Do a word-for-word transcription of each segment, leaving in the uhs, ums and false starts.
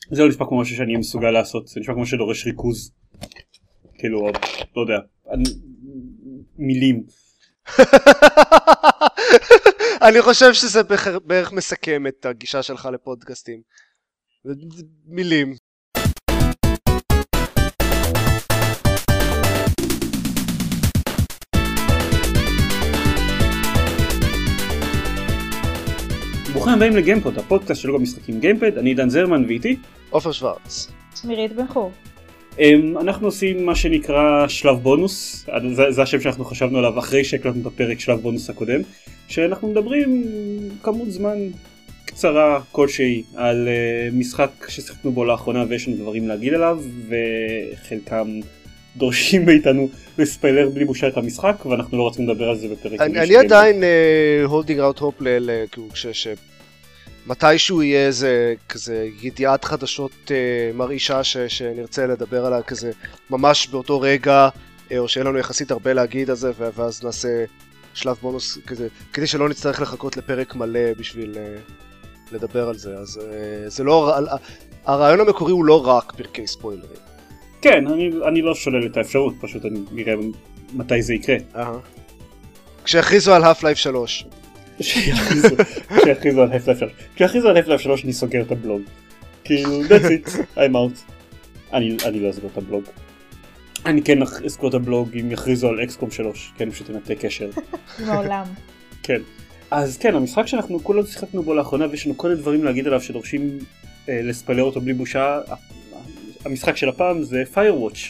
זה לא נשמע כמו משהו שאני מסוגל לעשות, זה נשמע כמו שדורש ריכוז. כאילו, לא יודע, מילים. אני חושב שזה בערך מסכם את הגישה שלך לפודקאסטים. מילים. ברוכים הבאים לגיימפוד, הפודקאסט של לוגו משחקים גיימפד. אני דן זרמן ואיתי עופר שוורץ. מירית בן חור. אנחנו עושים מה שנקרא שלב בונוס, זה, זה השם שאנחנו חשבנו עליו אחרי שהקלטנו את הפרק שלב בונוס הקודם, שאנחנו מדברים כמות זמן קצרה כלשהי על משחק ששיחקנו בו לאחרונה ויש לנו דברים להגיד עליו, וחלקם דורשים מאיתנו לספיילר בלי בושה את המשחק, ואנחנו לא רוצים לדבר על זה בפרק. אני, אני עדיין uh, holding out hope ל... מתישהו יהיה איזה כזה ידיעת חדשות uh, מרעישה ש, שנרצה לדבר עליה כזה ממש באותו רגע, uh, או שאין לנו יחסית הרבה להגיד על זה, ואז נעשה שלב בונוס כזה, כדי שלא נצטרך לחכות לפרק מלא בשביל uh, לדבר על זה. אז uh, זה לא, הרעיון המקורי הוא לא רק פרקי ספוילרים. כן, אני, אני לא שולל את האפשרות, פשוט אני נראה מתי זה יקרה. כשהכריזו על Half-Life שלוש. כשהכריזו על Half-Life שלוש. כשהכריזו על Half-Life שלוש אני סוגר את הבלוג. כאילו, that's it, I'm out. אני, אני לא אסגור את הבלוג. אני כן אסגור את הבלוג אם יכריזו על אקס קום שלוש, כן, פשוט נתק קשר. מעולם. כן. אז כן, המשחק שאנחנו כולנו שיחקנו בו לאחרונה, ויש לנו כל הדברים להגיד עליו שדורשים אה, לספלר אותו בלי בושה. המשחק של הפעם זה Firewatch,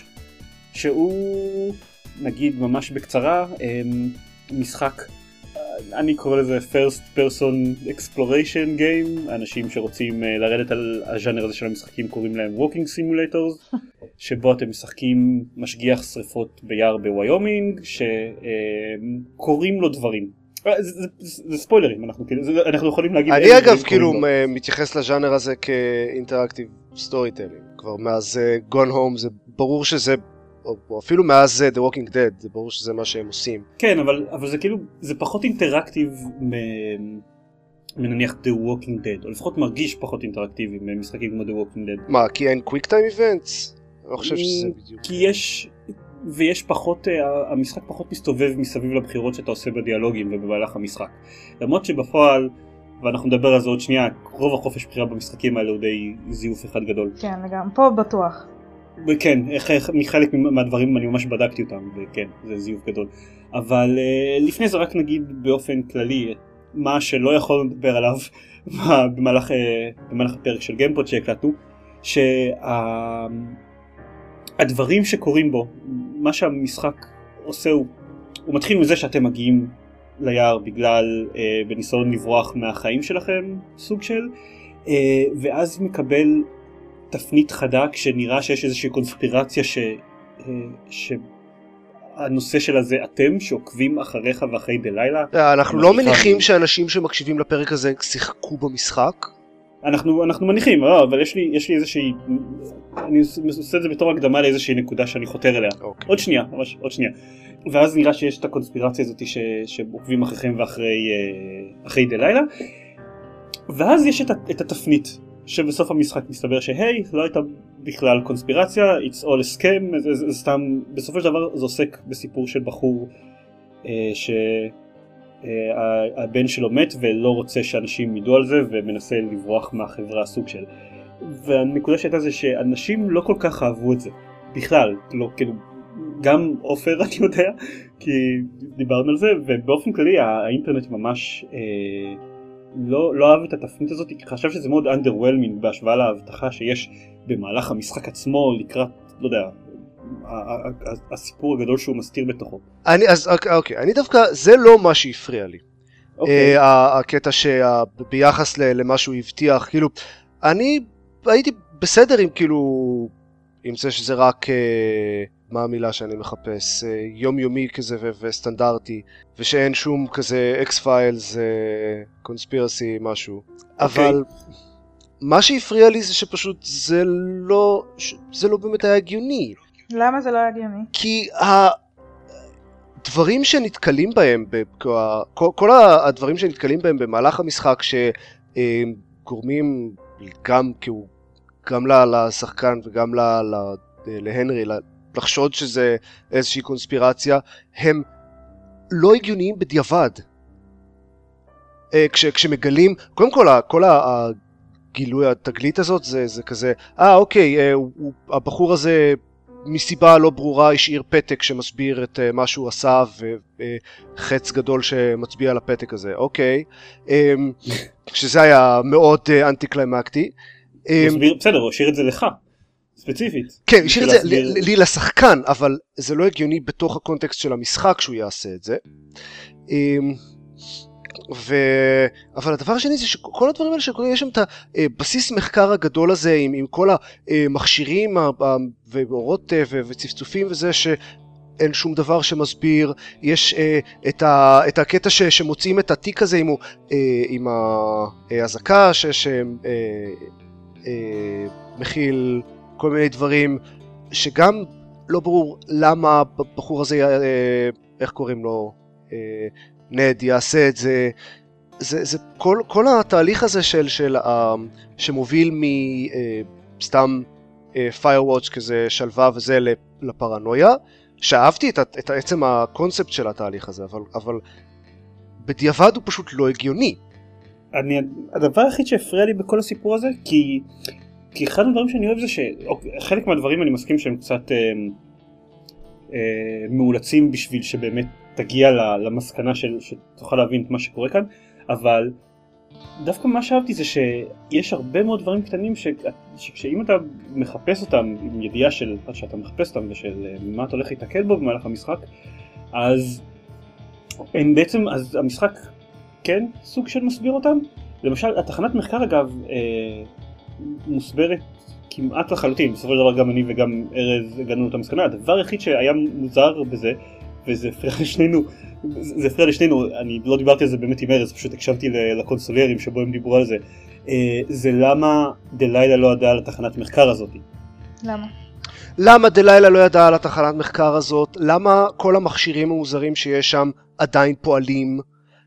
שהוא נגיד ממש בקצרה משחק, אני קורא לזה First Person Exploration Game. אנשים שרוצים לרדת על הז'אנר הזה של המשחקים קוראים להם Walking Simulators, שבו אתם משחקים משגיח שריפות ביער בוויומינג שקוראים לו דברים. זה, זה, זה ספוילרים, אנחנו, זה, אנחנו יכולים להגיד. אני אגב כאילו מתייחס לז'אנר הזה כאינטראקטיב סטורי טיילינג, כבר מאז uh, Gone Home זה ברור שזה, או, או אפילו מאז uh, The Walking Dead, זה ברור שזה מה שהם עושים. כן, אבל, אבל זה כאילו, זה פחות אינטראקטיב מ... מנניח The Walking Dead, או לפחות מרגיש פחות אינטראקטיבי ממשחקים כמו The Walking Dead. מה, כי אין Quick Time Events? אני לא חושב שזה בדיוק. כי יש... ויש פחות, המשחק פחות מסתובב מסביב לבחירות שאתה עושה בדיאלוגים ובמהלך המשחק. למרות שבפועל, ואנחנו נדבר על זה עוד שנייה, רוב החופש בחירה במשחקים האלה הוא די זיוף אחד גדול. כן, גם פה בטוח. וכן, מחלק מהדברים אני ממש בדקתי אותם, וכן, זה זיוף גדול. אבל לפני זה רק נגיד באופן כללי, מה שלא יכול לדבר עליו במהלך, במהלך הפרק של גיימפוד שהקלטנו, שה... הדברים שקורים בו, מה שהמשחק עושה הוא, הוא מתחיל מזה שאתם מגיעים ליער בגלל, אה, בניסיון לברוח מהחיים שלכם, סוג של, אה, ואז מקבל תפנית חדה כשנראה שיש איזושהי קונספירציה ש, אה, שהנושא שלה זה אתם שעוקבים אחריך ואחרי דלילה. אנחנו לא מניחים שאנשים שמקשיבים לפרק הזה שיחקו במשחק? אנחנו, אנחנו מניחים, לא, אבל יש לי, יש לי איזושהי, אני עושה את זה בתור הקדמה לאיזושהי נקודה שאני חותר אליה. Okay. עוד שנייה, ממש, עוד שנייה. ואז נראה שיש את הקונספירציה הזאת ש, שעוקבים אחריכם ואחרי אחרי דלילה. ואז יש את, את התפנית, שבסוף המשחק מסתבר שהי, לא הייתה בכלל קונספירציה, it's all a scam, זה, זה, זה סתם, בסופו של דבר זה עוסק בסיפור של בחור אה, ש... הבן שלו מת ולא רוצה שאנשים ידעו על זה ומנסה לברוח מהחברה הסוג של. והנקודה שהייתה זה שאנשים לא כל כך אהבו את זה בכלל, לא, כאילו, גם עופר אני יודע כי דיברנו על זה, ובאופן כללי האינטרנט ממש אה, לא, לא אהב את התפנית הזאת, כי חשב שזה מאוד underwhelming בהשוואה להבטחה שיש במהלך המשחק עצמו לקראת, לא יודע, הסיפור הגדול שהוא מסתיר בתוכו. אני, אז אוקיי, אני דווקא, זה לא מה שהפריע לי. אוקיי. הקטע שביחס למה שהוא הבטיח, כאילו, אני הייתי בסדר עם כאילו, עם זה שזה רק, מה המילה שאני מחפש, יומיומי כזה וסטנדרטי, ושאין שום כזה אקס פיילס, קונספירסי, משהו. אבל מה שהפריע לי זה שפשוט זה לא, זה לא באמת היה הגיוני. למה זה לא הגיוני? כי הדברים שנתקלים בהם, כל, כל הדברים שנתקלים בהם במהלך המשחק שגורמים גם, גם לשחקן וגם להנרי, לחשוד שזה איזושהי קונספירציה, הם לא הגיוניים בדיעבד. כש, כשמגלים, קודם כל, כל הגילוי, התגלית הזאת, זה, זה כזה, אה, אוקיי, הוא, הבחור הזה מסיבה לא ברורה השאיר פתק שמסביר את מה שהוא עשה, וחץ גדול שמצביע על הפתק הזה, אוקיי. שזה היה מאוד אנטי קליימקטי. בסדר, הוא השאיר את זה לך. ספציפית. כן, השאיר את זה לי לשחקן, אבל זה לא הגיוני בתוך הקונטקסט של המשחק שהוא יעשה את זה. ו... אבל הדבר השני זה שכל הדברים האלה שקוראים, יש שם את הבסיס מחקר הגדול הזה עם, עם כל המכשירים ואורות טבע וצפצופים וזה שאין שום דבר שמסביר. יש את, ה... את הקטע ש... שמוצאים את התיק הזה עם, עם ההזקה שמכיל כל מיני דברים שגם לא ברור למה הבחור הזה, איך קוראים לו, נד יעשה את זה. זה, זה כל, כל התהליך הזה של, של, שמוביל מסתם Firewatch כזה שלווה וזה לפרנויה, שאהבתי את, את עצם הקונספט של התהליך הזה, אבל, אבל בדיעבד הוא פשוט לא הגיוני. אני, הדבר היחיד שהפריע לי בכל הסיפור הזה, כי כי אחד הדברים שאני אוהב זה שחלק מהדברים אני מסכים שהם קצת אה, אה, מאולצים בשביל שבאמת תגיע למסקנה של, שתוכל להבין את מה שקורה כאן, אבל דווקא מה שאהבתי זה שיש הרבה מאוד דברים קטנים ש, שכשאם אתה מחפש אותם עם ידיעה של שאתה מחפש אותם ושל מה אתה הולך להתקל בו במהלך המשחק, אז הם בעצם, אז המשחק כן סוג של מסביר אותם. למשל התחנת מחקר אגב אה, מוסברת כמעט לחלוטין, בסופו של דבר גם אני וגם ארז הגענו את המסקנה. הדבר היחיד שהיה מוזר בזה, וזה הפריע לשנינו, זה הפריע לשנינו, אני לא דיברתי על זה באמת עם ארז, פשוט הקשבתי לקונסולרים שבו הם דיברו על זה, זה למה דלילה לא ידעה על התחנת מחקר הזאת. למה? למה דלילה לא ידעה על התחנת מחקר הזאת? למה כל המכשירים המוזרים שיש שם עדיין פועלים?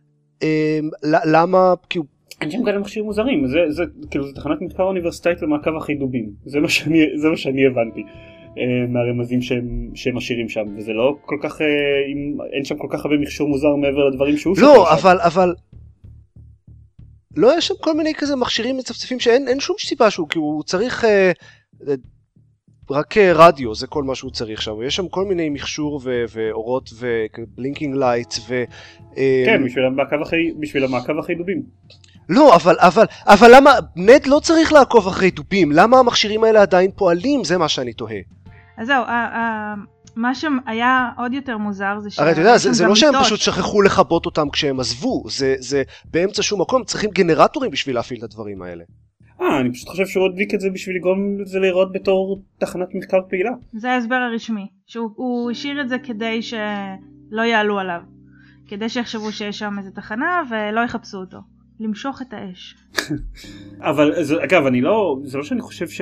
למה, כאילו, אין שם כאלה מכשירים מוזרים, זה, זה, כאילו, זה תחנת מחקר אוניברסיטאית למעקב אחרי דובים, זה מה שאני, זה מה שאני הבנתי אה, מהרמזים שהם, שהם משאירים שם, וזה לא כל כך, אה, עם, אין שם כל כך הרבה מכשור מוזר מעבר לדברים שהוא שומע. לא, אבל, אבל, לא, יש שם כל מיני כזה מכשירים מצפצפים שאין אין שום סיבה שהוא, כי הוא צריך אה, רק רדיו, זה כל מה שהוא צריך שם, יש שם כל מיני מכשור ו- ואורות ובלינקינג לייטס ו... כן, בשביל המעקב אחרי, בשביל המעקב אחרי דובים. לא, אבל, אבל, אבל למה, נד לא צריך לעקוב אחרי דובים, למה המכשירים האלה עדיין פועלים, זה מה שאני תוהה. אז זהו, מה שהיה עוד יותר מוזר זה הרי אתה יודע, זה, זה לא שהם פשוט שכחו לחבות אותם כשהם עזבו, זה, זה באמצע שום מקום, צריכים גנרטורים בשביל להפעיל את הדברים האלה. אה, אני פשוט חושב שהוא הדליק את זה בשביל לגרום לזה להיראות בתור תחנת מחקר פעילה. זה ההסבר הרשמי, שהוא השאיר את זה כדי שלא יעלו עליו, כדי שיחשבו שיש שם איזה תחנה ולא יחפשו אותו. למשוך את האש. אבל זה, אגב, אני לא, זה לא שאני חושב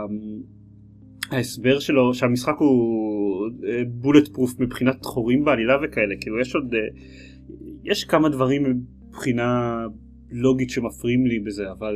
שההסבר שלו, שהמשחק הוא בולט פרוף מבחינת חורים בעלילה וכאלה, כאילו יש עוד, יש כמה דברים מבחינה לוגית שמפריעים לי בזה, אבל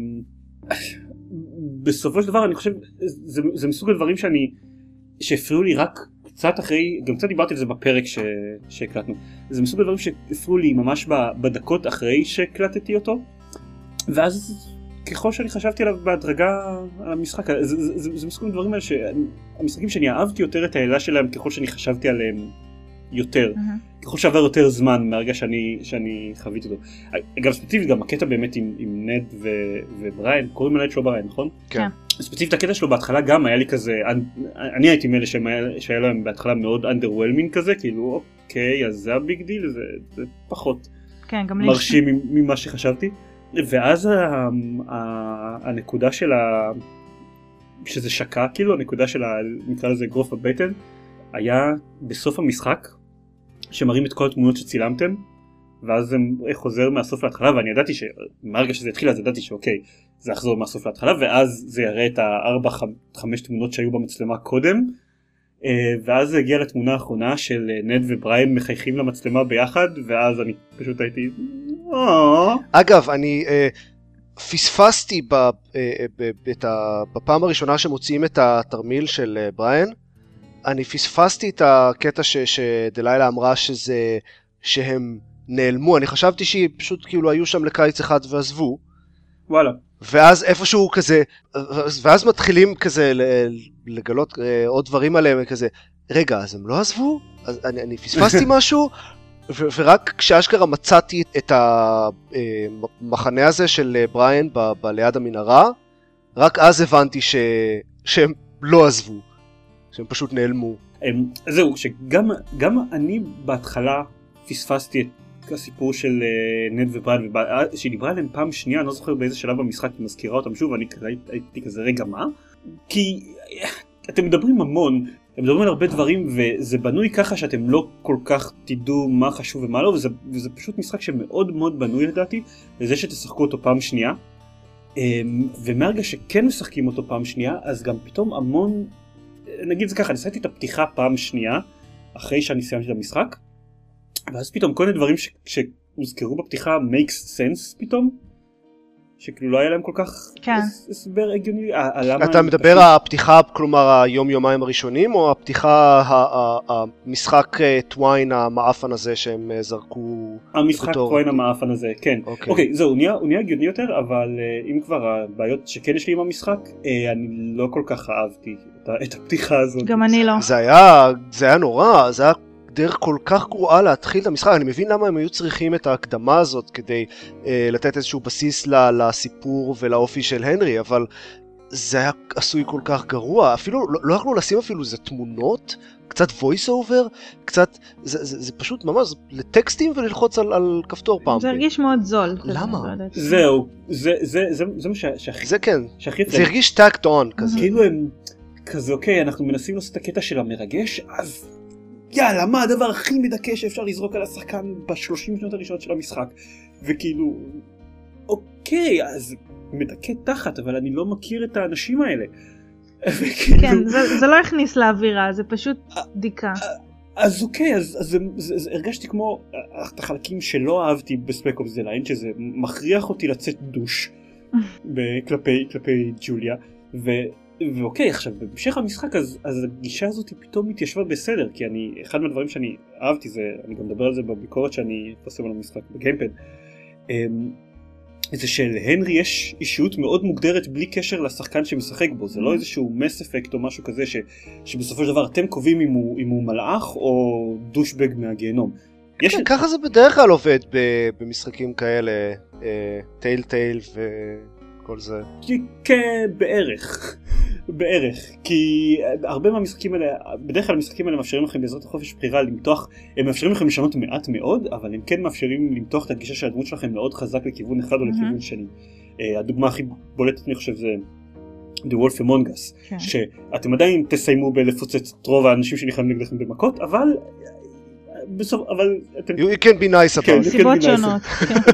בסופו של דבר אני חושב, זה, זה מסוג הדברים שאני, שהפריעו לי רק קצת אחרי, גם קצת דיברתי על זה בפרק ש, שהקלטנו, זה מסוג הדברים שהפריעו לי ממש בדקות אחרי שהקלטתי אותו, ואז ככל שאני חשבתי עליו בהדרגה על המשחק, זה, זה, זה, זה מסוג הדברים האלה שהמשחקים שאני אהבתי יותר את העילה שלהם ככל שאני חשבתי עליהם יותר, mm-hmm. ככל שעבר יותר זמן מהרגע שאני, שאני חוויתי אותו. אגב ספציפית גם הקטע באמת עם, עם נד ו, ובריין, קוראים לנד שלו בריין, נכון? כן. ספציפית הקטע שלו בהתחלה גם היה לי כזה, אני הייתי מאלה שהיה להם בהתחלה מאוד underwhelming כזה, כאילו אוקיי, אז זה הביג דיל, זה, זה פחות כן, גם מרשים לי. ממה שחשבתי. ואז ה, ה, הנקודה של ה... שזה שקע, כאילו הנקודה של ה... נקרא לזה גרוף בבטן, היה בסוף המשחק, שמראים את כל התמונות שצילמתם, ואז זה חוזר מהסוף להתחלה, ואני ידעתי שמהרגע שזה התחיל, אז ידעתי שאוקיי, זה יחזור מהסוף להתחלה, ואז זה יראה את הארבע, חמש תמונות שהיו במצלמה קודם, ואז זה הגיע לתמונה האחרונה של נד ובריין מחייכים למצלמה ביחד, ואז אני פשוט הייתי... אגב, אני... פספסתי ב, ב, ב, ב, בפעם הראשונה שמוציאים את התרמיל של בריין, אני פספסתי את הקטע ש, שדלילה אמרה שזה, שהם נעלמו, אני חשבתי שהיא פשוט כאילו היו שם לקיץ אחד ועזבו. וואלה. ואז איפשהו כזה, ואז מתחילים כזה לגלות עוד דברים עליהם, כזה, רגע, אז הם לא עזבו? אז אני, אני פספסתי משהו? ו- ורק כשאשכרה מצאתי את המחנה הזה של בריין ב- ב- ליד המנהרה, רק אז הבנתי ש- שהם לא עזבו, שהם פשוט נעלמו. זהו, שגם גם אני בהתחלה פספסתי את הסיפור של נד ובריין, שהיא דיברה עליהם פעם שנייה, אני לא זוכר באיזה שלב במשחק היא מזכירה אותם שוב, אני הייתי כזה רגע מה? כי אתם מדברים המון, אתם מדברים על הרבה דברים וזה בנוי ככה שאתם לא כל כך תדעו מה חשוב ומה לא, וזה, וזה פשוט משחק שמאוד מאוד בנוי לדעתי לזה שתשחקו אותו פעם שנייה, ומהרגע שכן משחקים אותו פעם שנייה אז גם פתאום המון, נגיד זה ככה, אני עשיתי את הפתיחה פעם שנייה אחרי שאני סיימתי את המשחק, ואז פתאום כל מיני דברים ש- שהוזכרו בפתיחה makes sense פתאום, שכאילו לא היה להם כל כך כן. הסבר הגיוני. למה אתה מדבר על הפתיחה, כלומר היום יומיים הראשונים, או הפתיחה, המשחק טוויין המאפן הזה שהם זרקו? המשחק טוויין המאפן הזה, כן. אוקיי, זהו, הוא נהיה הגיוני יותר, אבל אם כבר הבעיות שכן יש לי עם המשחק, אני לא כל כך אהבתי את הפתיחה הזאת. גם אני לא. זה היה, זה היה נורא, זה היה דרך כל כך גרועה להתחיל את המשחק. אני מבין למה הם היו צריכים את ההקדמה הזאת כדי אה, לתת איזשהו בסיס לסיפור ולאופי של הנרי, אבל זה היה עשוי כל כך גרוע. אפילו לא, לא יכולו לשים אפילו זה תמונות, קצת voice over, קצת, זה, זה, זה פשוט ממש לטקסטים וללחוץ על, על כפתור פעם. זה הרגיש מאוד זול. למה? זהו, זה, זה, זה, זה מה שהכי... זה כן, שהכי זה הרגיש טאקט און כזה. כאילו הם כזה, אוקיי, אנחנו מנסים לעשות את הקטע של המרגש, אז יאללה, מה הדבר הכי מדכא שאפשר לזרוק על השחקן בשלושים שנות הראשונות של המשחק? וכאילו, אוקיי, אז מדכא תחת, אבל אני לא מכיר את האנשים האלה. וכאילו, כן, זה, זה לא הכניס לאווירה, זה פשוט דיקה. אז אוקיי, אז, אז זה, זה, זה, הרגשתי כמו את החלקים שלא אהבתי בספק אופס דה ליין, שזה מכריח אותי לצאת דוש כלפי, כלפי ג'וליה, ו... ואוקיי, עכשיו, בהמשך המשחק, אז, אז הגישה הזאת פתאום מתיישבה בסדר, כי אני, אחד מהדברים שאני אהבתי, זה, אני גם מדבר על זה בביקורת שאני פרסם על המשחק בגיימפד, זה שלהנרי יש אישיות מאוד מוגדרת בלי קשר לשחקן שמשחק בו, זה לא איזשהו מס אפקט או משהו כזה, ש, שבסופו של דבר אתם קובעים אם הוא, אם הוא מלאך או דושבג מהגיהנום. יש... כן, ככה זה בדרך כלל עובד במשחקים כאלה, טייל טייל וכל זה. כן, בערך. בערך, כי הרבה מהמשחקים האלה, בדרך כלל המשחקים האלה מאפשרים לכם בעזרת החופש בחירה למתוח, הם מאפשרים לכם לשנות מעט מאוד, אבל הם כן מאפשרים למתוח את הגישה של הדמות שלכם מאוד חזק לכיוון אחד או לכיוון שני. הדוגמה הכי בולטת אני חושב זה The Wolf Among Us, שאתם עדיין תסיימו בלפוצץ את רוב האנשים שנלחמים נגדכם במכות, אבל בסוף, אבל אתם... You can be nice about it. סיבות שונות.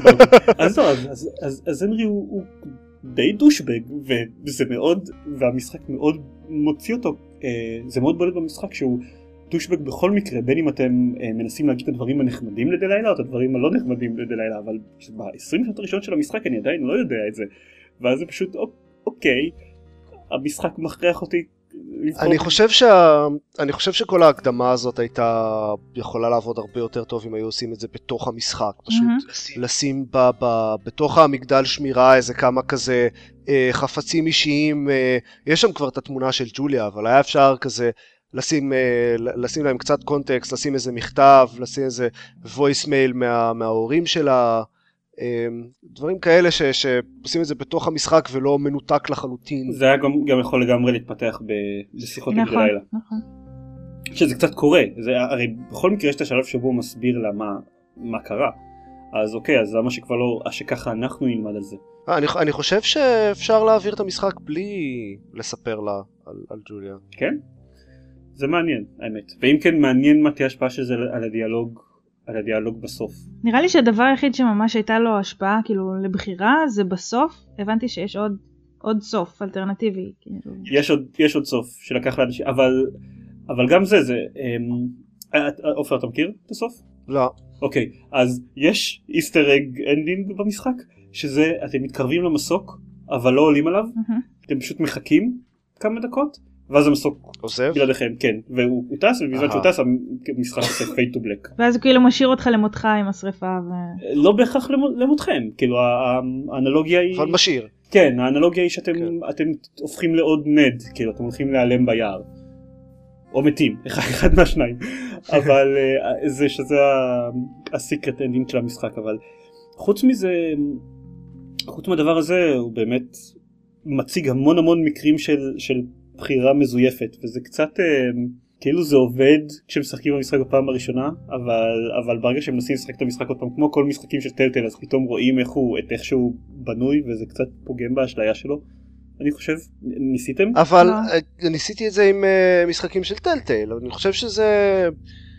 אז אז הנרי הוא די דושבג, וזה מאוד, והמשחק מאוד מוציא אותו, זה מאוד בולט במשחק שהוא דושבג בכל מקרה, בין אם אתם מנסים להגיד את הדברים הנחמדים לדלילה או את הדברים הלא נחמדים לדלילה, אבל ב-עשרים שנות הראשונות של המשחק אני עדיין לא יודע את זה, ואז זה פשוט אוקיי, המשחק מכריח אותי. אני חושב שה... אני חושב שכל ההקדמה הזאת הייתה יכולה לעבוד הרבה יותר טוב אם היו עושים את זה בתוך המשחק, פשוט mm-hmm. לשים ב... ב... בתוך המגדל שמירה איזה כמה כזה אה, חפצים אישיים, אה, יש שם כבר את התמונה של ג'וליה, אבל היה אפשר כזה לשים, אה, לשים להם קצת קונטקסט, לשים איזה מכתב, לשים איזה voice mail מה... מההורים שלה, דברים כאלה ש, שעושים את זה בתוך המשחק ולא מנותק לחלוטין. זה היה גם, גם יכול לגמרי להתפתח בשיחות עם נכון, לילה. נכון. שזה קצת קורה, זה, הרי בכל מקרה יש את השלב שבו הוא מסביר לה מה, מה קרה. אז אוקיי, אז למה שכבר לא, שככה אנחנו נלמד על זה. אני, אני חושב שאפשר להעביר את המשחק בלי לספר לה על, על ג'וליה. כן? זה מעניין, האמת. ואם כן מעניין מה תהיה השפעה של זה על הדיאלוג, על הדיאלוג בסוף. נראה לי שהדבר היחיד שממש הייתה לו השפעה, כאילו, לבחירה, זה בסוף, הבנתי שיש עוד, עוד סוף אלטרנטיבי. כאילו. יש עוד, יש עוד סוף שלקח לאנשים, אבל, אבל גם זה, זה, אופר, אתה מכיר את הסוף? לא. אוקיי, אז יש איסטר אג אנדינג במשחק, שזה אתם מתקרבים למסוק אבל לא עולים עליו, Mm-hmm. אתם פשוט מחכים כמה דקות ואז המסוק עוזב? בלעדיכם, כן, והוא טס ובזמן שהוא טס המשחק עושה fade to black. ואז הוא כאילו משאיר אותך למותך עם השריפה ו... לא בהכרח למותכם, כאילו האנלוגיה היא... אבל משאיר. כן, האנלוגיה היא שאתם אתם הופכים לעוד נד, כאילו אתם הולכים להיעלם ביער. או מתים, אחד מהשניים. אבל זה שזה הסיקרט אנדינג של המשחק, אבל חוץ מזה, חוץ מהדבר הזה הוא באמת מציג המון המון מקרים של, של בחירה מזויפת, וזה קצת כאילו זה עובד כשמשחקים במשחק בפעם הראשונה, אבל, אבל ברגע שהם מנסים לשחק את המשחק עוד פעם, כמו כל משחקים של טלטל, אז פתאום רואים איך הוא, את איך שהוא בנוי, וזה קצת פוגם באשליה שלו. אני חושב, ניסיתם? אבל ניסיתי את זה עם משחקים של טלטל, אני חושב שזה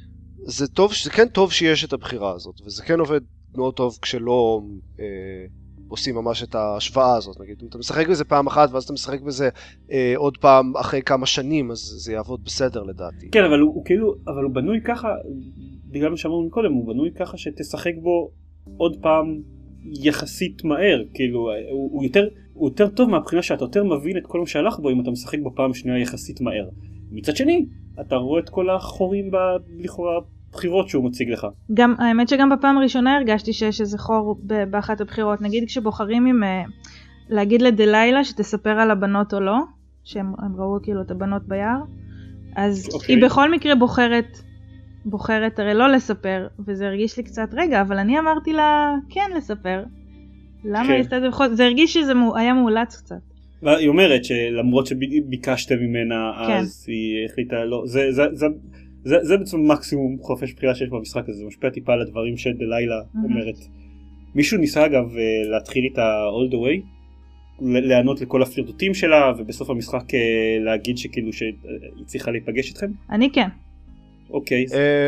זה טוב, זה כן טוב שיש את הבחירה הזאת, וזה כן עובד מאוד טוב כשלא אה, עושים ממש את ההשוואה הזאת. נגיד, אם אתה משחק בזה פעם אחת ואז אתה משחק בזה אה, עוד פעם אחרי כמה שנים, אז זה יעבוד בסדר לדעתי. כן, אבל הוא, הוא כאילו, אבל הוא בנוי ככה, בגלל מה שאמרנו קודם, הוא בנוי ככה שתשחק בו עוד פעם יחסית מהר, כאילו, הוא, הוא יותר, הוא יותר טוב מהבחינה שאתה יותר מבין את כל מה שהלך בו אם אתה משחק בו פעם שנייה יחסית מהר. מצד שני, אתה רואה את כל החורים לכאורה בחירות שהוא מציג לך. גם, האמת שגם בפעם הראשונה הרגשתי שיש איזה חור באחת הבחירות. נגיד כשבוחרים עם להגיד לדלילה שתספר על הבנות או לא, שהם ראו כאילו את הבנות ביער, אז okay. היא בכל מקרה בוחרת, בוחרת הרי לא לספר, וזה הרגיש לי קצת, רגע, אבל אני אמרתי לה כן לספר. למה okay. היא עשתה את זה בכל... זה הרגיש שזה היה מאולץ קצת. והיא אומרת שלמרות שביקשתם ממנה, כן. אז היא החליטה לא, זה, זה, זה, זה, זה בעצם מקסימום חופש בחירה שיש במשחק הזה, זה משפיע טיפה על הדברים שדלילה mm-hmm. אומרת. מישהו ניסה אגב להתחיל איתה all the way, לענות לכל הפלירטוטים שלה, ובסוף המשחק להגיד שכאילו שהיא צריכה להיפגש איתכם? אני כן. אוקיי.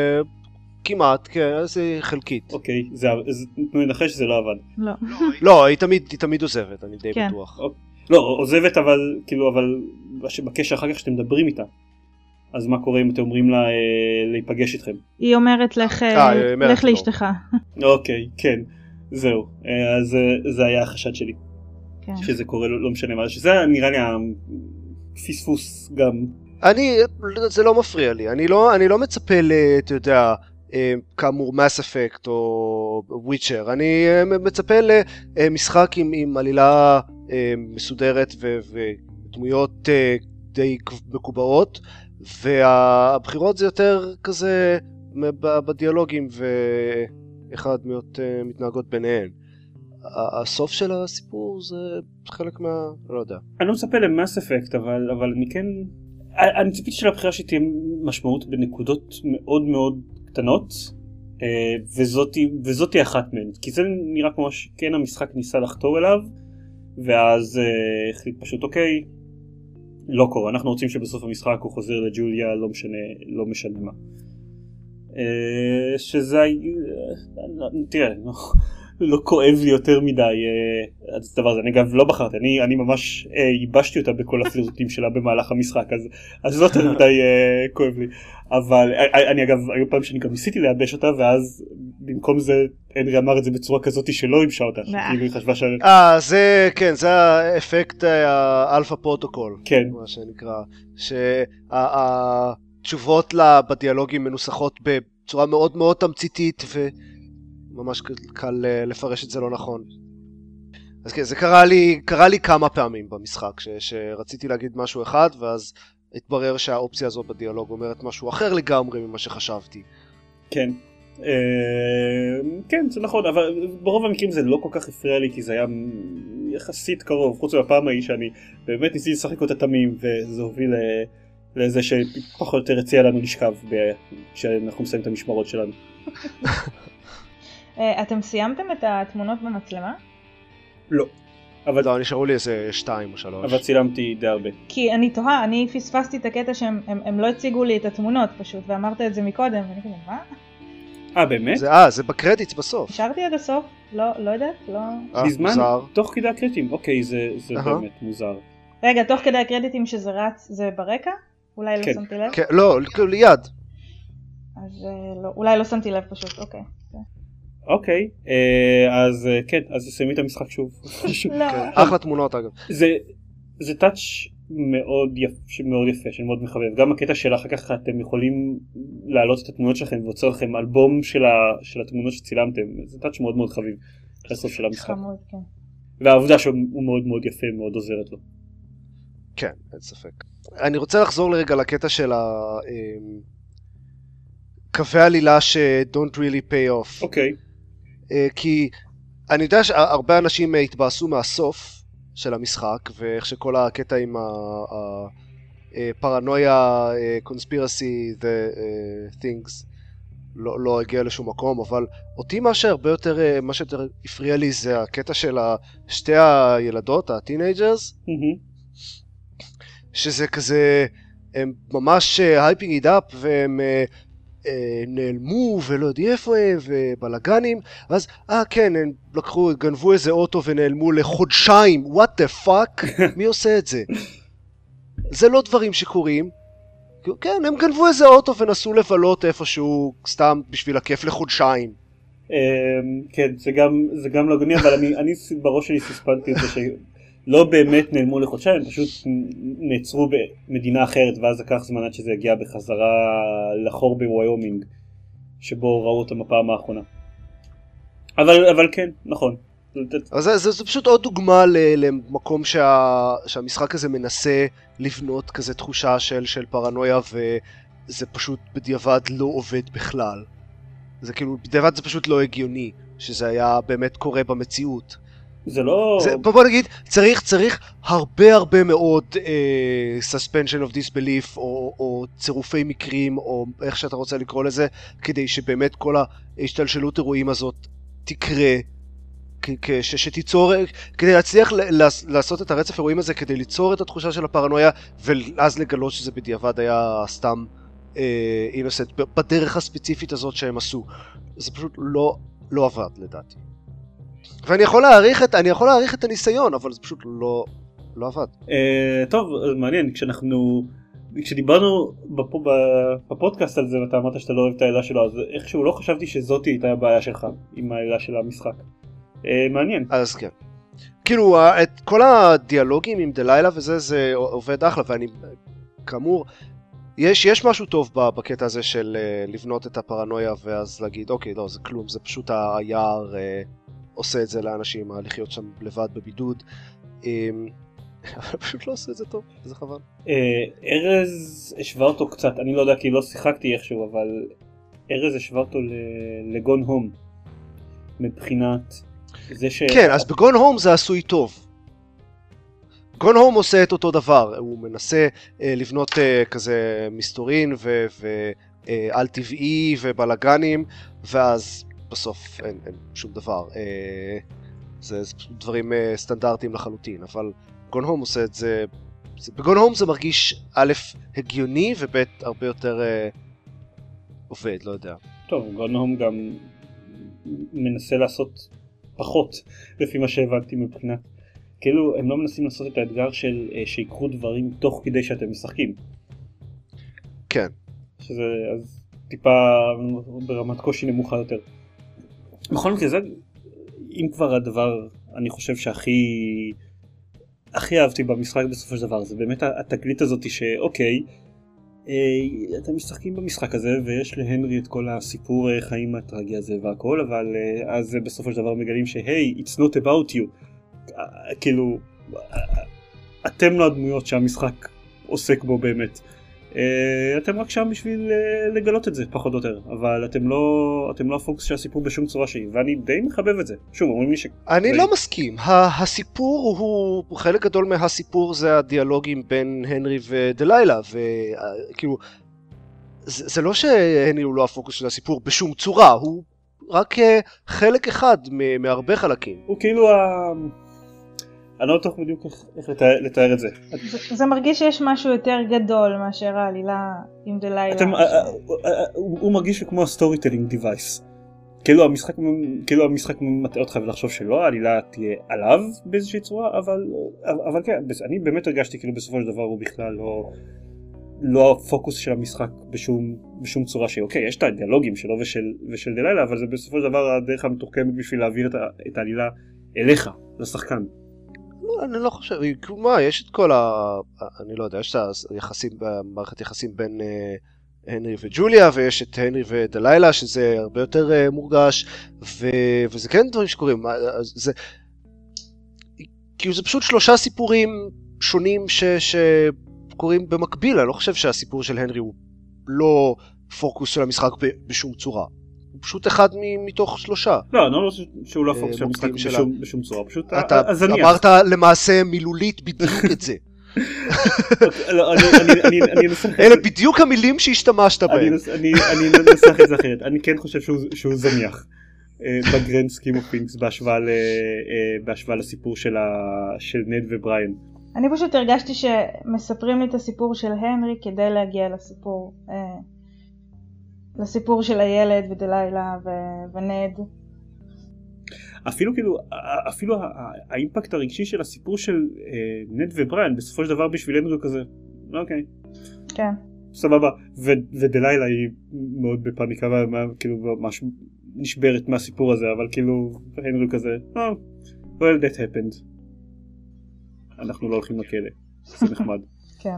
כמעט, כן, זה חלקית. אוקיי, אז תנו לנחש שזה לא עבד. לא. לא, היא תמיד עוזבת, אני די בטוח. לא, עוזבת אבל, כאילו, אבל בקשר אחר כך שאתם מדברים איתה. אז מה קורה אם אתם אומרים לה להיפגש איתכם? היא אומרת לך, לך לאשתך. אוקיי, כן, זהו. אז זה היה החשד שלי. שזה קורה, לא משנה מה. שזה נראה לי הפספוס גם. אני, זה לא מפריע לי. אני לא, אני לא מצפה ל, אתה יודע, כאמור Mass Effect או Witcher. אני מצפה למשחק עם, עם עלילה מסודרת ו, ודמויות די מקובעות, והבחירות זה יותר כזה בדיאלוגים ואיך הדמויות מתנהגות ביניהן. הסוף של הסיפור זה חלק מה... לא יודע. אני לא מצפה ל-Mass Effect, אבל, אבל אני כן... אני ציפיתי של הבחירה שתהיה משמעות בנקודות מאוד מאוד קטנות, וזאתי, וזאתי אחת מהן. כי זה נראה כמו שכן המשחק ניסה לחתור אליו, ואז החליט פשוט אוקיי, לא קורה. אנחנו רוצים שבסוף המשחק הוא חוזר לג'וליה, לא משנה, לא משנה מה. שזה... תראה, לא... לא כואב לי יותר מדי uh, הדבר הזה. אני אגב לא בחרתי, אני, אני ממש uh, ייבשתי אותה בכל הפלירטוטים שלה במהלך המשחק, אז, אז לא יותר מדי uh, כואב לי. אבל uh, אני אגב, היו פעם שאני גם ניסיתי לייבש אותה, ואז במקום זה, הנרי אמר את זה בצורה כזאת שלא ייבשה אותה, כאילו היא חשבה ש... אה, זה, כן, זה האפקט האלפא פרוטוקול, כן. מה שנקרא, שהתשובות בדיאלוגים מנוסחות בצורה מאוד מאוד תמציתית, ו... ממש קל לפרש את זה לא נכון. אז כן, זה קרה לי, קרה לי כמה פעמים במשחק, ש, שרציתי להגיד משהו אחד, ואז התברר שהאופציה הזאת בדיאלוג אומרת משהו אחר לגמרי ממה שחשבתי. כן. כן, זה נכון, אבל ברוב המקרים זה לא כל כך הפריע לי, כי זה היה יחסית קרוב, חוץ מהפעם ההיא שאני באמת ניסיתי לשחק אותה תמים, וזה הוביל לזה שפחות או יותר הציע לנו לשכב כשאנחנו מסיים את המשמרות שלנו. אתם סיימתם את התמונות במצלמה? לא. אבל... לא, נשארו לי איזה שתיים או שלוש. אבל צילמתי די הרבה. כי אני תוהה, אני פספסתי את הקטע שהם הם, הם לא הציגו לי את התמונות פשוט, ואמרת את זה מקודם, ואני כאילו, מה? אה, באמת? זה, אה, זה בקרדיטס בסוף. נשארתי עד הסוף? לא, לא יודעת, לא... אה, בזמן, מוזר. תוך כדי הקרדיטים, אוקיי, זה, זה uh-huh. באמת מוזר. רגע, תוך כדי הקרדיטים שזה רץ, זה ברקע? אולי כן. לא שמתי לב? כן, לא, ליד. אז לא, אולי לא שמתי לב פשוט, אוקיי. אוקיי, אז כן, אז נסיים את המשחק שוב. אחלה תמונות אגב. זה טאץ' מאוד יפה, מאוד יפה, שאני מאוד מחבב. גם הקטע של אחר כך אתם יכולים להעלות את התמונות שלכם ויוצר לכם אלבום של התמונות שצילמתם. זה טאץ' מאוד מאוד חביב לסוף של המשחק. והעובדה שהוא מאוד מאוד יפה, מאוד עוזרת לו. כן, אין ספק. אני רוצה לחזור לרגע לקטע של קווי עלילה ש don't really pay off. אוקיי. כי אני יודע שהרבה אנשים התבאסו מהסוף של המשחק, ואיך שכל הקטע עם הפרנויה, conspiracy, the things, לא, לא הגיע לשום מקום, אבל אותי מה שהרבה יותר, מה שיותר הפריע לי זה הקטע של שתי הילדות, הטינג'רס, שזה כזה, הם ממש הייפינג איט אפ, והם נעלמו ולא יודעים איפה הם, ובלגנים, ואז, אה כן, הם לקחו, גנבו איזה אוטו ונעלמו לחודשיים, what the fuck, מי עושה את זה? זה לא דברים שקורים, כן, הם גנבו איזה אוטו ונסו לבלות איפשהו, סתם בשביל הכיף לחודשיים. כן, זה גם לא גוני, אבל אני בראש שלי סספנתי את זה שלא באמת נעלמו לחודשיים, פשוט נעצרו במדינה אחרת, ואז לקח זמן עד שזה הגיע בחזרה לחור בוויומינג, שבו ראו אותם הפעם האחרונה. אבל כן, נכון. אז זה, זה, זה פשוט עוד דוגמה למקום שה, שהמשחק הזה מנסה לבנות כזה תחושה של, של פרנויה, וזה פשוט בדיעבד לא עובד בכלל. זה כאילו, בדיעבד זה פשוט לא הגיוני, שזה היה באמת קורה במציאות. זה לא... זה, בוא נגיד, צריך, צריך הרבה הרבה מאוד uh, suspension of disbelief, או, או צירופי מקרים, או איך שאתה רוצה לקרוא לזה, כדי שבאמת כל ההשתלשלות אירועים הזאת תקרה, שתיצור, כדי להצליח לעשות את הרצף אירועים הזה, כדי ליצור את התחושה של הפרנויה, ואז לגלות שזה בדיעבד היה סתם אינוסנט, בדרך הספציפית הזאת שהם עשו. זה פשוט לא, לא עבד לדעתי. ואני יכול להעריך את, אני יכול להעריך את הניסיון, אבל זה פשוט לא, לא עבד. טוב, מעניין, כשאנחנו, כשדיברנו בפודקאסט על זה, ואתה אמרת שאתה לא אוהב את העילה שלו, אז איכשהו לא חשבתי שזאת הייתה הבעיה שלך עם העילה של המשחק. מעניין. אז כן. כאילו, את כל הדיאלוגים עם דלילה וזה, זה עובד אחלה, ואני, כאמור, יש, יש משהו טוב בקטע הזה של לבנות את הפרנויה, ואז להגיד, אוקיי, לא, זה כלום, זה פשוט היער עושה את זה לאנשים, לחיות שם לבד בבידוד. אבל פשוט לא עושה את זה טוב, זה חבל. ארז השווה אותו קצת, אני לא יודע כי לא שיחקתי איכשהו, אבל ארז השווה אותו לגון הום, מבחינת זה ש... כן, אז בגון הום זה עשוי טוב. גון הום עושה את אותו דבר, הוא מנסה אה, לבנות אה, כזה מסתורין ועל טבעי ובלגנים, ואז בסוף אין, אין שום דבר. אה, זה, זה דברים אה, סטנדרטיים לחלוטין, אבל גון הום עושה את זה, זה בגון הום זה מרגיש א' הגיוני וב' הרבה יותר אה, עובד, לא יודע. טוב, גון הום גם מנסה לעשות פחות, לפי מה שהבנתי מבחינת. כאילו, הם לא מנסים לעשות את האתגר של שיקחו דברים תוך כדי שאתם משחקים. כן. שזה, אז טיפה ברמת קושי נמוכה יותר. בכל מקרה, זה, אם כבר הדבר, אני חושב שהכי, הכי אהבתי במשחק בסופו של דבר, זה באמת התקלית הזאת שאוקיי, אתם משחקים במשחק הזה ויש להנרי את כל הסיפור חיים הטרגי הזה והכל, אבל אז בסופו של דבר מגלים שהי, it's not about you. כאילו, אתם לא הדמויות שהמשחק עוסק בו באמת. אתם רק שם בשביל לגלות את זה, פחות או יותר. אבל אתם לא, אתם לא הפוקוס של הסיפור בשום צורה שהיא, ואני די מחבב את זה. שוב, אומרים לי ש... אני לא מסכים. הסיפור הוא, חלק גדול מהסיפור זה הדיאלוגים בין הנרי ודלילה, וכאילו, זה לא שהנרי הוא לא הפוקוס של הסיפור בשום צורה, הוא רק חלק אחד מהרבה חלקים. הוא כאילו ה... אני לא בטוח בדיוק איך לתאר, לתאר את זה. זה. זה מרגיש שיש משהו יותר גדול מאשר העלילה עם דלילה. אתם, הוא, הוא מרגיש כמו הסטורי טלינג דיווייס. כאילו המשחק, כאילו המשחק מטעה אותך ולחשוב שלא, העלילה תהיה עליו באיזושהי צורה, אבל, אבל כן, אני באמת הרגשתי כאילו בסופו של דבר הוא בכלל לא, לא הפוקוס של המשחק בשום, בשום צורה שאוקיי, יש את הדיאלוגים שלו ושל, ושל דלילה, אבל זה בסופו של דבר הדרך המתוחכמת בשביל להעביר את, את העלילה אליך, לשחקן. לא, אני לא חושב, מה, יש את כל ה... אני לא יודע, יש את היחסים, מערכת יחסים בין אה, הנרי וג'וליה, ויש את הנרי ודלילה, שזה הרבה יותר אה, מורגש, ו... וזה כן דברים שקורים. זה... כאילו זה פשוט שלושה סיפורים שונים ש... שקורים במקביל. אני לא חושב שהסיפור של הנרי הוא לא פוקוס של המשחק ב... בשום צורה. הוא פשוט אחד מתוך שלושה. לא, אני לא חושב שהוא לא פוקוס של המשחק בשום, בשום צורה, פשוט הזניח. אתה אמרת למעשה מילולית בדיוק את זה. אלה בדיוק המילים שהשתמשת בהם. אני אנסח את זה אחרת. אני כן חושב שהוא זניח בגרנד סקים אוף תינגס בהשוואה לסיפור של נד ובריין. אני פשוט הרגשתי שמספרים לי את הסיפור של הנרי כדי להגיע לסיפור לסיפור של הילד ודלילה ונד. אפילו כאילו, אפילו האימפקט הרגשי של הסיפור של נד ובריין בסופו של דבר בשבילנו זה כזה, אוקיי. כן. סבבה. ודלילה היא מאוד בפאניקה, כאילו ממש נשברת מהסיפור הזה, אבל כאילו הנרי כזה, oh, well that happened. אנחנו לא הולכים לכלא. זה נחמד. כן.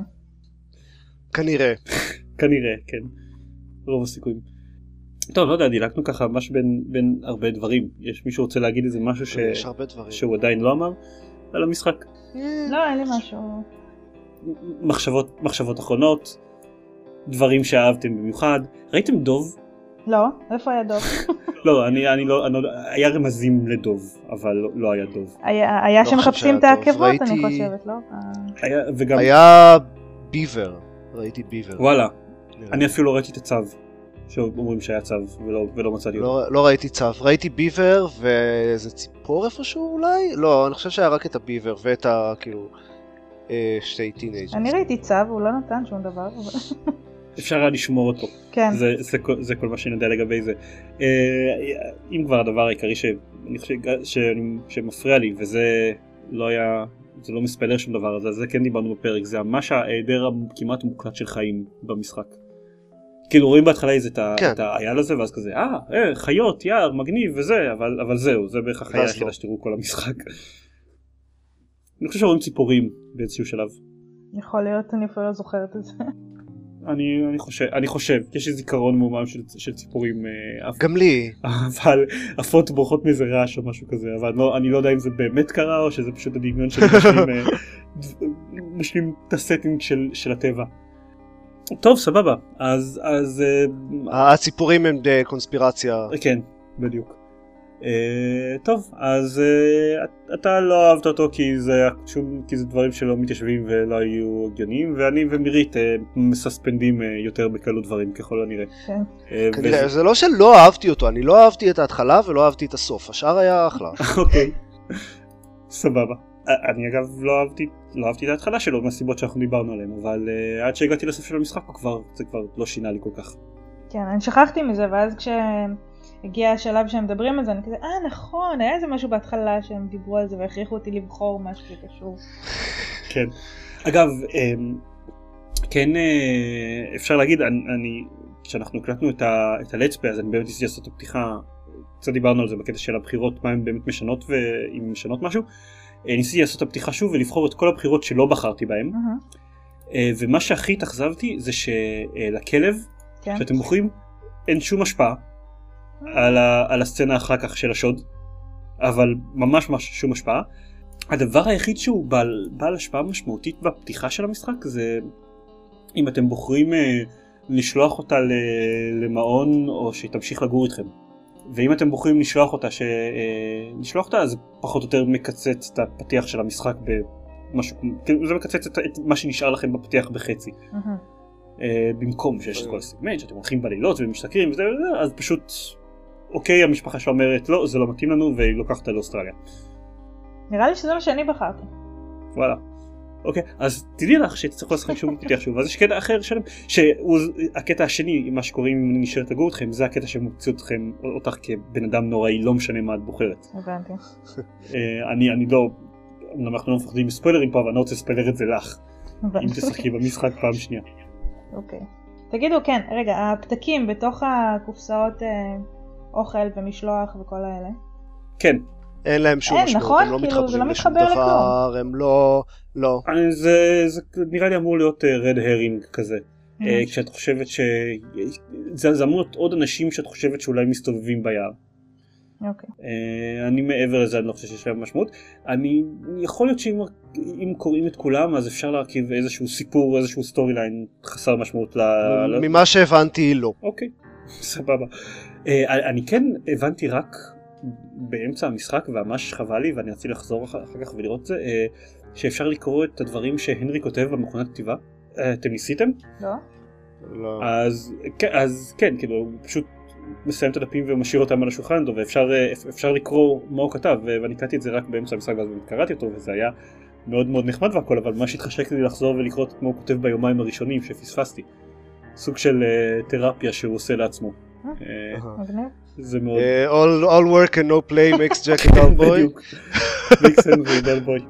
כנראה. כנראה, כן. רוב הסיכויים. טוב, לא יודע, דילגנו ככה ממש בין, בין הרבה דברים. יש מישהו רוצה להגיד איזה משהו ש... יש הרבה דברים. שהוא עדיין לא אמר על המשחק? לא, אין לי משהו. מחשבות, מחשבות אחרונות, דברים שאהבתם במיוחד. ראיתם דוב? לא, איפה היה דוב? לא, אני, אני לא, אני לא, היה רמזים לדוב, אבל לא, לא היה דוב. היה, היה שמחפשים את העקבות, ראיתי... אני חושבת, לא? היה, וגם... היה ביבר, ראיתי ביבר. וואלה, אני אפילו לא ראיתי את הצו. שאומרים שהיה צו ולא, ולא מצאתי אותו. לא, לא ראיתי צו, ראיתי ביבר ואיזה ציפור איפשהו אולי? לא, אני חושב שהיה רק את הביבר ואת ה... כאילו... שתי טינג'רס. אני ראיתי צו, הוא לא נתן שום דבר. אפשר היה לשמור אותו. כן. זה, זה, זה כל מה שאני יודע לגבי זה. אם כבר הדבר העיקרי שאני חושב שמפריע לי, וזה לא היה... זה לא מספלר שום דבר, אז זה כן דיברנו בפרק, זה ממש ההיעדר הכמעט מוקלט של חיים במשחק. כאילו רואים בהתחלה איזה את האייל הזה, ואז כזה, אה, חיות, יער, מגניב וזה, אבל זהו, זה בערך החיה היחידה שתראו כל המשחק. אני חושב שרואים ציפורים באיזשהו שלב. יכול להיות, אני אפילו לא זוכרת את זה. אני, אני חושב, אני חושב, יש לי זיכרון מומם של, של ציפורים. גם לי. אבל עפות בורחות מאיזה רעש או משהו כזה, אבל לא, אני לא יודע אם זה באמת קרה, או שזה פשוט הדמיון שלי משלים, משלים את הסטינג של, של הטבע. טוב, סבבה. אז, אז... הציפורים הם קונספירציה. כן, בדיוק. טוב, אז אתה לא אהבת אותו כי זה כי זה דברים שלא מתיישבים ולא היו הגיוניים, ואני ומירית מסספנדים יותר בקלות דברים ככל הנראה. כנראה, זה לא שלא אהבתי אותו, אני לא אהבתי את ההתחלה ולא אהבתי את הסוף, השאר היה אחלה. אוקיי, סבבה. אני אגב לא אהבתי, לא אהבתי את ההתחלה שלו מהסיבות שאנחנו דיברנו עליהם, אבל עד שהגעתי לסוף של המשחק זה כבר לא שינה לי כל כך. כן, אני שכחתי מזה, ואז כש... הגיע השלב שהם מדברים על זה, אני כזה, אה נכון, היה איזה משהו בהתחלה שהם דיברו על זה והכריחו אותי לבחור משהו שקשור. כן. אגב, כן אפשר להגיד, אני, כשאנחנו הקלטנו את ה-Let's Play, אז אני באמת ניסיתי לעשות את הפתיחה, קצת דיברנו על זה בקטע של הבחירות, מה הן באמת משנות ואם משנות משהו, ניסיתי לעשות את הפתיחה שוב ולבחור את כל הבחירות שלא בחרתי בהן, ומה שהכי התאכזבתי זה שלכלב, שאתם בוחרים, אין שום השפעה, על, ה, על הסצנה אחר כך של השוד, אבל ממש ממש שום השפעה. הדבר היחיד שהוא בעל, בעל השפעה משמעותית בפתיחה של המשחק זה אם אתם בוחרים אה, לשלוח אותה ל, למעון או שתמשיך לגור איתכם. ואם אתם בוחרים לשלוח אותה, ש, אה, לשלוח אותה זה פחות או יותר מקצץ את הפתיח של המשחק במשהו, זה מקצץ את, את מה שנשאר לכם בפתיח בחצי. Mm-hmm. אה, במקום שיש את כל הסגמנט שאתם הולכים בלילות ומשתכרים וזה וזה, אז פשוט אוקיי, המשפחה שלה אומרת לא, זה לא מתאים לנו והיא לוקחת לאוסטרליה. נראה לי שזה מה שאני בחרתי. וואלה. אוקיי, אז תדעי לך שתצטרכו לשחק שוב ותתיח שוב, אז יש קטע אחר שלם, שהקטע השני, מה שקוראים אם אני נשארת לגור אתכם, זה הקטע שמוציא אתכם, אותך כבן אדם נוראי, לא משנה מה את בוחרת. הבנתי. אני, אני לא, אנחנו לא מפחדים מספוילרים פה, אבל אני לא רוצה לספיילר את זה לך. אם תשחקי במשחק פעם שנייה. אוקיי. תגידו, כן, רגע, הפתקים בתוך הקופסאות אה, אוכל ומשלוח וכל האלה? כן. אין להם שום אין, משמעות, נכון? הם לא כאילו, זה לא מתחברים לשום מתחבר דבר, לכלום. הם לא, לא. אני, זה, זה נראה לי אמור להיות רד הרינג כזה. Mhm. אה, כשאת חושבת ש... זה, זה אמור להיות עוד אנשים שאת חושבת שאולי מסתובבים ביער. אוקיי. אה, אני מעבר לזה, אני לא חושב שיש להם משמעות. אני יכול להיות שאם אם קוראים את כולם, אז אפשר להרכיב איזשהו סיפור, איזשהו סטורי ליין חסר משמעות. ל... ממה שהבנתי, לא. אוקיי, סבבה. אה, אני כן הבנתי רק באמצע המשחק, וממש חבל לי, ואני רציתי לחזור אחר כך ולראות את זה, אה, שאפשר לקרוא את הדברים שהנרי כותב במכונת כתיבה. אה, אתם ניסיתם? לא? לא. אז, אז כן, כאילו, הוא פשוט מסיים את הדפים ומשאיר אותם על השולחן, ואפשר אפשר לקרוא מה הוא כתב, ואני קראתי את זה רק באמצע המשחק, ואז קראתי אותו, וזה היה מאוד מאוד נחמד והכל, אבל מה שהתחשק לי לחזור ולקרוא את מה הוא כותב ביומיים הראשונים שפספסתי. סוג של uh, תרפיה שהוא עושה לעצמו. מגניב. זה מאוד... All all work and no play makes Jack a dull boy. בדיוק. makes sense a dull boy.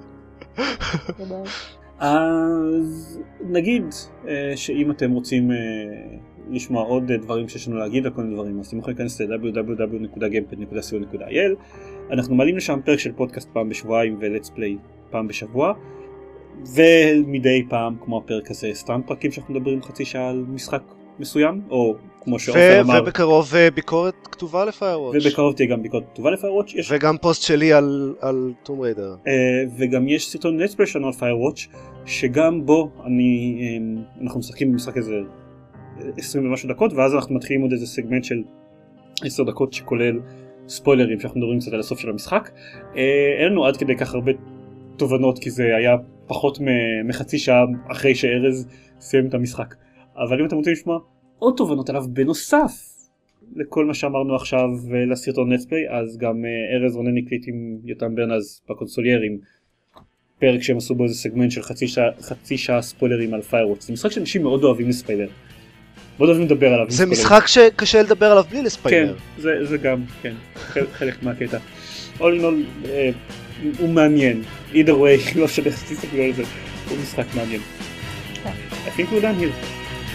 אז נגיד שאם אתם רוצים לשמוע עוד דברים שיש לנו להגיד על כל מיני דברים, אז אתם יכולים להיכנס ל-דאבליו דאבליו דאבליו נקודה גיימפד נקודה סי או נקודה איי אל. אנחנו מעלים לשם פרק של פודקאסט פעם בשבועיים ולטס פליי פעם בשבוע, ומדי פעם כמו הפרק הזה סתם פרקים שאנחנו מדברים חצי שעה על משחק מסוים, או כמו שעופר אמר, ובקרוב ביקורת כתובה לפיירוואץ', ובקרוב תהיה גם ביקורת כתובה לפיירוואץ', וגם פוסט שלי על על טום ריידר, וגם יש סרטון נטספל שלנו על פיירוואץ' שגם בו אני אנחנו משחקים במשחק איזה עשרים ומשהו דקות, ואז אנחנו מתחילים עוד איזה סגמנט של עשר דקות שכולל ספוילרים שאנחנו מדברים קצת על הסוף של המשחק. אין לנו עד כדי כך הרבה תובנות, כי זה היה פחות מחצי שעה אחרי שארז סיים את המשחק. אבל אם אתם רוצים לשמוע עוד תובנות עליו בנוסף לכל מה שאמרנו עכשיו ולסרטון נטספליי, אז גם ארז רונן הקליט עם יותם ברנז בקונסוליירים פרק שהם עשו בו איזה סגמנט של חצי שעה, חצי שעה ספוילרים על פיירוואץ'. זה משחק שאנשים מאוד אוהבים לספיילר, מאוד אוהבים לדבר עליו. זה משחק שקשה לדבר עליו בלי לספיילר. כן, זה, זה גם, כן, חלק מהקטע. all in all, אה, הוא מעניין. either way, לא שדך תסתכלו על זה, הוא משחק מעניין. I think we're done here.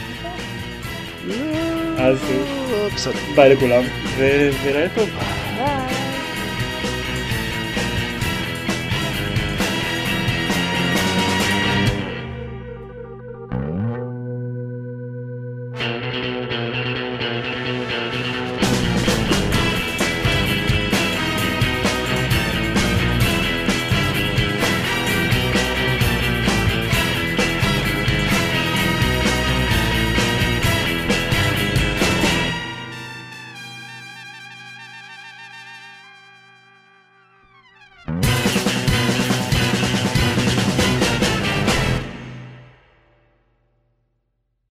אז ביי לכולם, ולילה טוב. ביי.